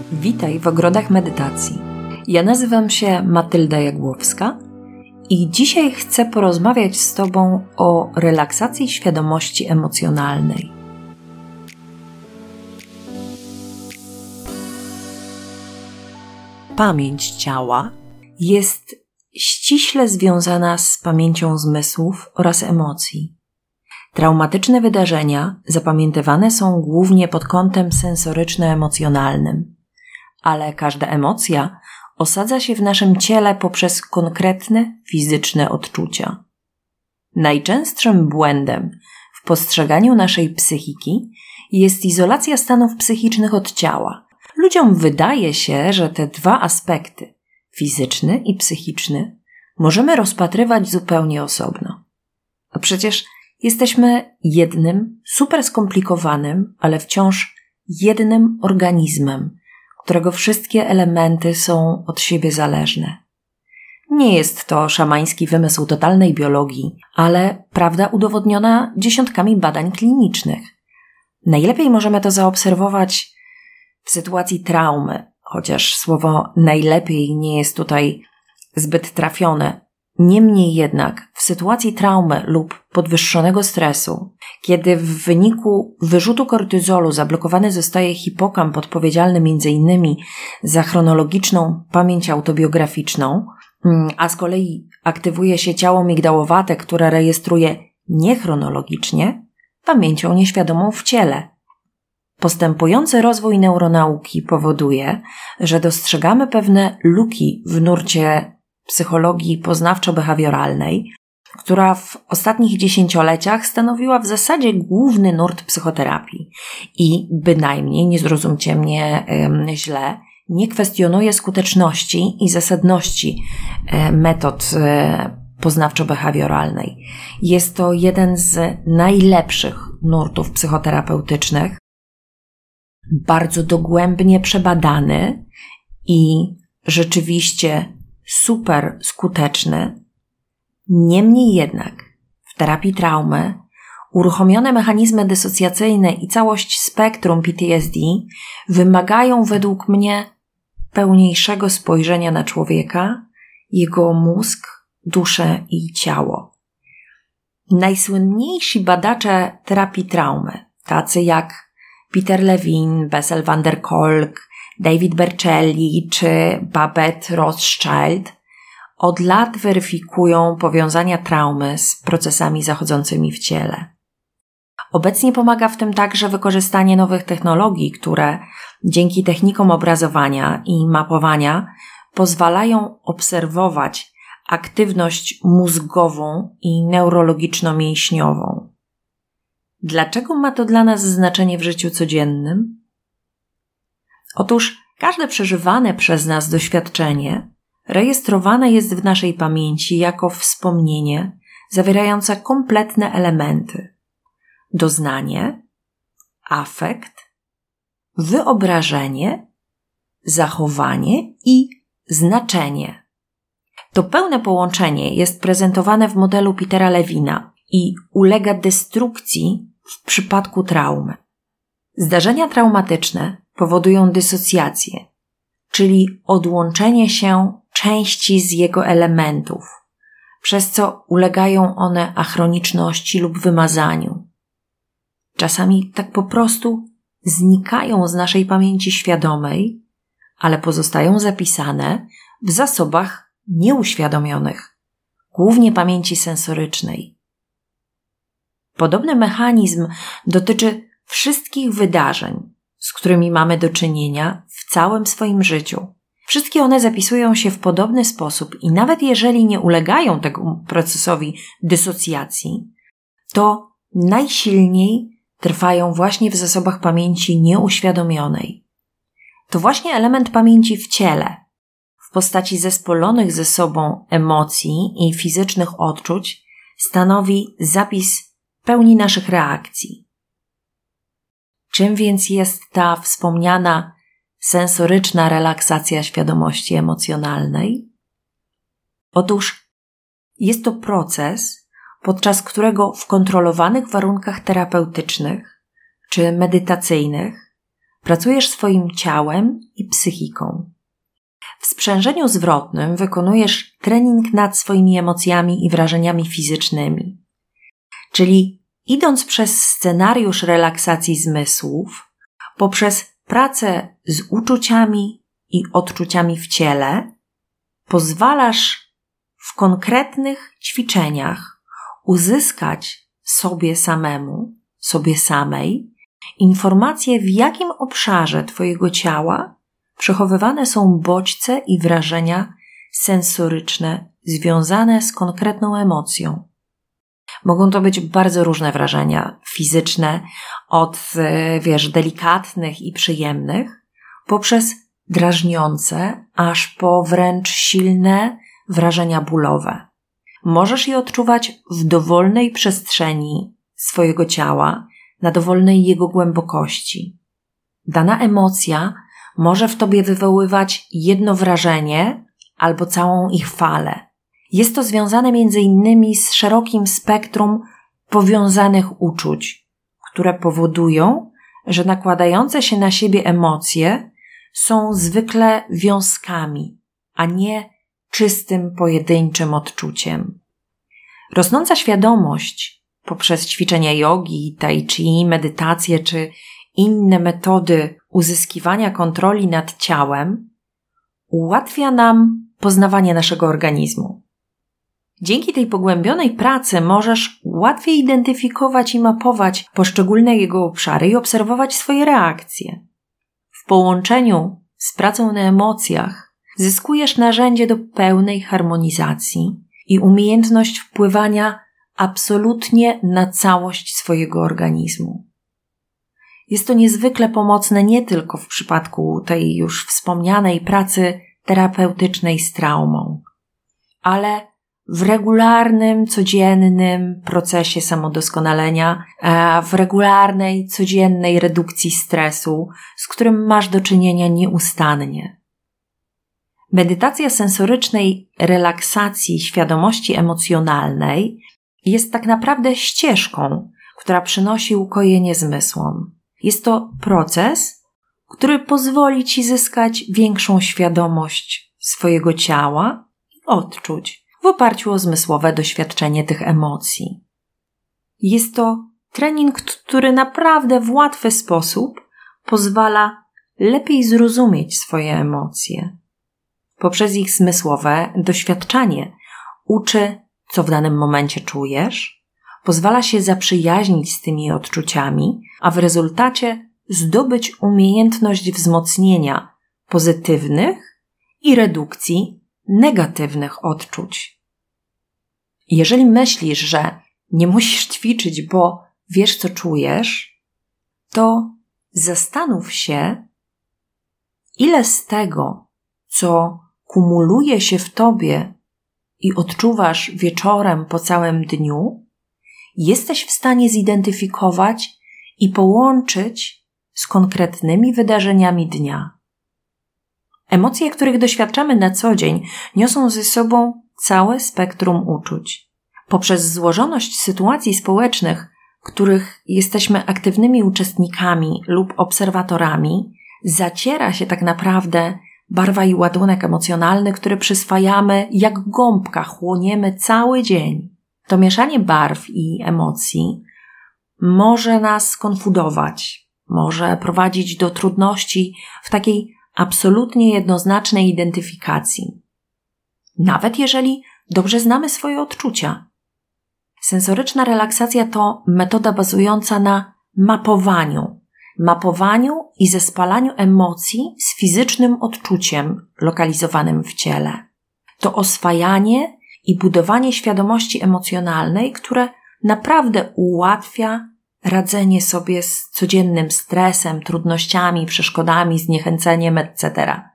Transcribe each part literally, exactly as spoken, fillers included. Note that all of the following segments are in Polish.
Witaj w Ogrodach Medytacji. Ja nazywam się Matylda Jagłowska i dzisiaj chcę porozmawiać z Tobą o relaksacji świadomości emocjonalnej. Pamięć ciała jest ściśle związana z pamięcią zmysłów oraz emocji. Traumatyczne wydarzenia zapamiętywane są głównie pod kątem sensoryczno-emocjonalnym, ale każda emocja osadza się w naszym ciele poprzez konkretne fizyczne odczucia. Najczęstszym błędem w postrzeganiu naszej psychiki jest izolacja stanów psychicznych od ciała. Ludziom wydaje się, że te dwa aspekty, fizyczny i psychiczny, możemy rozpatrywać zupełnie osobno. A przecież jesteśmy jednym, super skomplikowanym, ale wciąż jednym organizmem, którego wszystkie elementy są od siebie zależne. Nie jest to szamański wymysł totalnej biologii, ale prawda udowodniona dziesiątkami badań klinicznych. Najlepiej możemy to zaobserwować w sytuacji traumy, chociaż słowo najlepiej nie jest tutaj zbyt trafione. Niemniej jednak w sytuacji traumy lub podwyższonego stresu, kiedy w wyniku wyrzutu kortyzolu zablokowany zostaje hipokamp odpowiedzialny m.in. za chronologiczną pamięć autobiograficzną, a z kolei aktywuje się ciało migdałowate, które rejestruje niechronologicznie, pamięcią nieświadomą w ciele. Postępujący rozwój neuronauki powoduje, że dostrzegamy pewne luki w nurcie psychologii poznawczo-behawioralnej, która w ostatnich dziesięcioleciach stanowiła w zasadzie główny nurt psychoterapii i bynajmniej, nie zrozumcie mnie yy, źle, nie kwestionuje skuteczności i zasadności yy, metod yy, poznawczo-behawioralnej. Jest to jeden z najlepszych nurtów psychoterapeutycznych, bardzo dogłębnie przebadany i rzeczywiście super skuteczny. Niemniej jednak w terapii traumy uruchomione mechanizmy dysocjacyjne i całość spektrum P T S D wymagają według mnie pełniejszego spojrzenia na człowieka, jego mózg, duszę i ciało. Najsłynniejsi badacze terapii traumy, tacy jak Peter Levine, Bessel van der Kolk, David Berceli czy Babette Rothschild od lat weryfikują powiązania traumy z procesami zachodzącymi w ciele. Obecnie pomaga w tym także wykorzystanie nowych technologii, które dzięki technikom obrazowania i mapowania pozwalają obserwować aktywność mózgową i neurologiczno-mięśniową. Dlaczego ma to dla nas znaczenie w życiu codziennym? Otóż każde przeżywane przez nas doświadczenie rejestrowane jest w naszej pamięci jako wspomnienie zawierające kompletne elementy: doznanie, afekt, wyobrażenie, zachowanie i znaczenie. To pełne połączenie jest prezentowane w modelu Petera Levina i ulega destrukcji w przypadku traumy. Zdarzenia traumatyczne powodują dysocjację, czyli odłączenie się części z jego elementów, przez co ulegają one achroniczności lub wymazaniu. Czasami tak po prostu znikają z naszej pamięci świadomej, ale pozostają zapisane w zasobach nieuświadomionych, głównie pamięci sensorycznej. Podobny mechanizm dotyczy wszystkich wydarzeń, z którymi mamy do czynienia w całym swoim życiu. Wszystkie one zapisują się w podobny sposób i nawet jeżeli nie ulegają temu procesowi dysocjacji, to najsilniej trwają właśnie w zasobach pamięci nieuświadomionej. To właśnie element pamięci w ciele, w postaci zespolonych ze sobą emocji i fizycznych odczuć, stanowi zapis pełni naszych reakcji. Czym więc jest ta wspomniana sensoryczna relaksacja świadomości emocjonalnej? Otóż jest to proces, podczas którego w kontrolowanych warunkach terapeutycznych czy medytacyjnych pracujesz swoim ciałem i psychiką. W sprzężeniu zwrotnym wykonujesz trening nad swoimi emocjami i wrażeniami fizycznymi. Czyli idąc przez scenariusz relaksacji zmysłów, poprzez pracę z uczuciami i odczuciami w ciele, pozwalasz w konkretnych ćwiczeniach uzyskać sobie samemu, sobie samej informacje, w jakim obszarze Twojego ciała przechowywane są bodźce i wrażenia sensoryczne związane z konkretną emocją. Mogą to być bardzo różne wrażenia fizyczne, od, wiesz, delikatnych i przyjemnych, poprzez drażniące, aż po wręcz silne wrażenia bólowe. Możesz je odczuwać w dowolnej przestrzeni swojego ciała, na dowolnej jego głębokości. Dana emocja może w tobie wywoływać jedno wrażenie albo całą ich falę. Jest to związane między innymi z szerokim spektrum powiązanych uczuć, które powodują, że nakładające się na siebie emocje są zwykle wiązkami, a nie czystym, pojedynczym odczuciem. Rosnąca świadomość poprzez ćwiczenia jogi, tai chi, medytację czy inne metody uzyskiwania kontroli nad ciałem ułatwia nam poznawanie naszego organizmu. Dzięki tej pogłębionej pracy możesz łatwiej identyfikować i mapować poszczególne jego obszary i obserwować swoje reakcje. W połączeniu z pracą na emocjach zyskujesz narzędzie do pełnej harmonizacji i umiejętność wpływania absolutnie na całość swojego organizmu. Jest to niezwykle pomocne nie tylko w przypadku tej już wspomnianej pracy terapeutycznej z traumą, ale w regularnym, codziennym procesie samodoskonalenia, w regularnej, codziennej redukcji stresu, z którym masz do czynienia nieustannie. Medytacja sensorycznej relaksacji świadomości emocjonalnej jest tak naprawdę ścieżką, która przynosi ukojenie zmysłom. Jest to proces, który pozwoli Ci zyskać większą świadomość swojego ciała i odczuć w oparciu o zmysłowe doświadczenie tych emocji. Jest to trening, który naprawdę w łatwy sposób pozwala lepiej zrozumieć swoje emocje. Poprzez ich zmysłowe doświadczanie uczy, co w danym momencie czujesz, pozwala się zaprzyjaźnić z tymi odczuciami, a w rezultacie zdobyć umiejętność wzmocnienia pozytywnych i redukcji negatywnych odczuć. Jeżeli myślisz, że nie musisz ćwiczyć, bo wiesz, co czujesz, to zastanów się, ile z tego, co kumuluje się w tobie i odczuwasz wieczorem po całym dniu, jesteś w stanie zidentyfikować i połączyć z konkretnymi wydarzeniami dnia. Emocje, których doświadczamy na co dzień, niosą ze sobą całe spektrum uczuć. Poprzez złożoność sytuacji społecznych, których jesteśmy aktywnymi uczestnikami lub obserwatorami, zaciera się tak naprawdę barwa i ładunek emocjonalny, który przyswajamy jak gąbka, chłoniemy cały dzień. To mieszanie barw i emocji może nas konfundować, może prowadzić do trudności w takiej absolutnie jednoznacznej identyfikacji. Nawet jeżeli dobrze znamy swoje odczucia. Sensoryczna relaksacja to metoda bazująca na mapowaniu. Mapowaniu i zespalaniu emocji z fizycznym odczuciem lokalizowanym w ciele. To oswajanie i budowanie świadomości emocjonalnej, które naprawdę ułatwia radzenie sobie z codziennym stresem, trudnościami, przeszkodami, zniechęceniem, et cetera.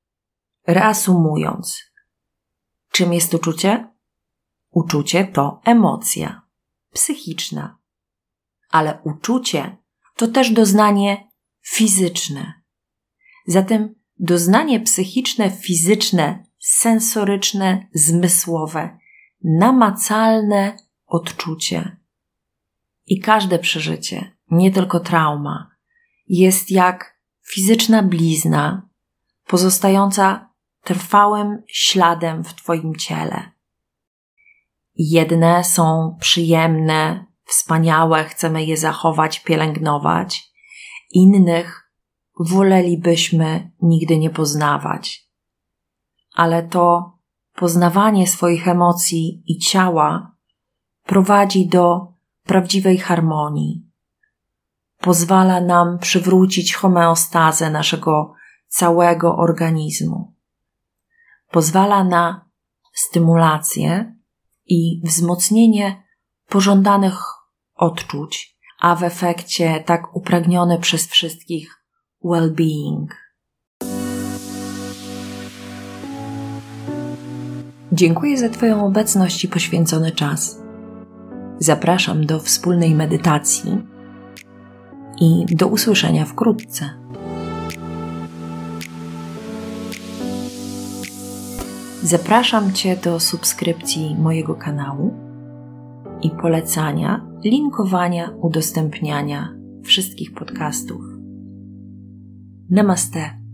Reasumując, czym jest uczucie? Uczucie to emocja psychiczna, ale uczucie to też doznanie fizyczne. Zatem doznanie psychiczne, fizyczne, sensoryczne, zmysłowe, namacalne odczucie. I każde przeżycie, nie tylko trauma, jest jak fizyczna blizna pozostająca trwałym śladem w Twoim ciele. Jedne są przyjemne, wspaniałe, chcemy je zachować, pielęgnować. Innych wolelibyśmy nigdy nie poznawać. Ale to poznawanie swoich emocji i ciała prowadzi do prawdziwej harmonii. Pozwala nam przywrócić homeostazę naszego całego organizmu. Pozwala na stymulację i wzmocnienie pożądanych odczuć, a w efekcie tak upragniony przez wszystkich well-being. Dziękuję za Twoją obecność i poświęcony czas. Zapraszam do wspólnej medytacji i do usłyszenia wkrótce. Zapraszam Cię do subskrypcji mojego kanału i polecania, linkowania, udostępniania wszystkich podcastów. Namaste.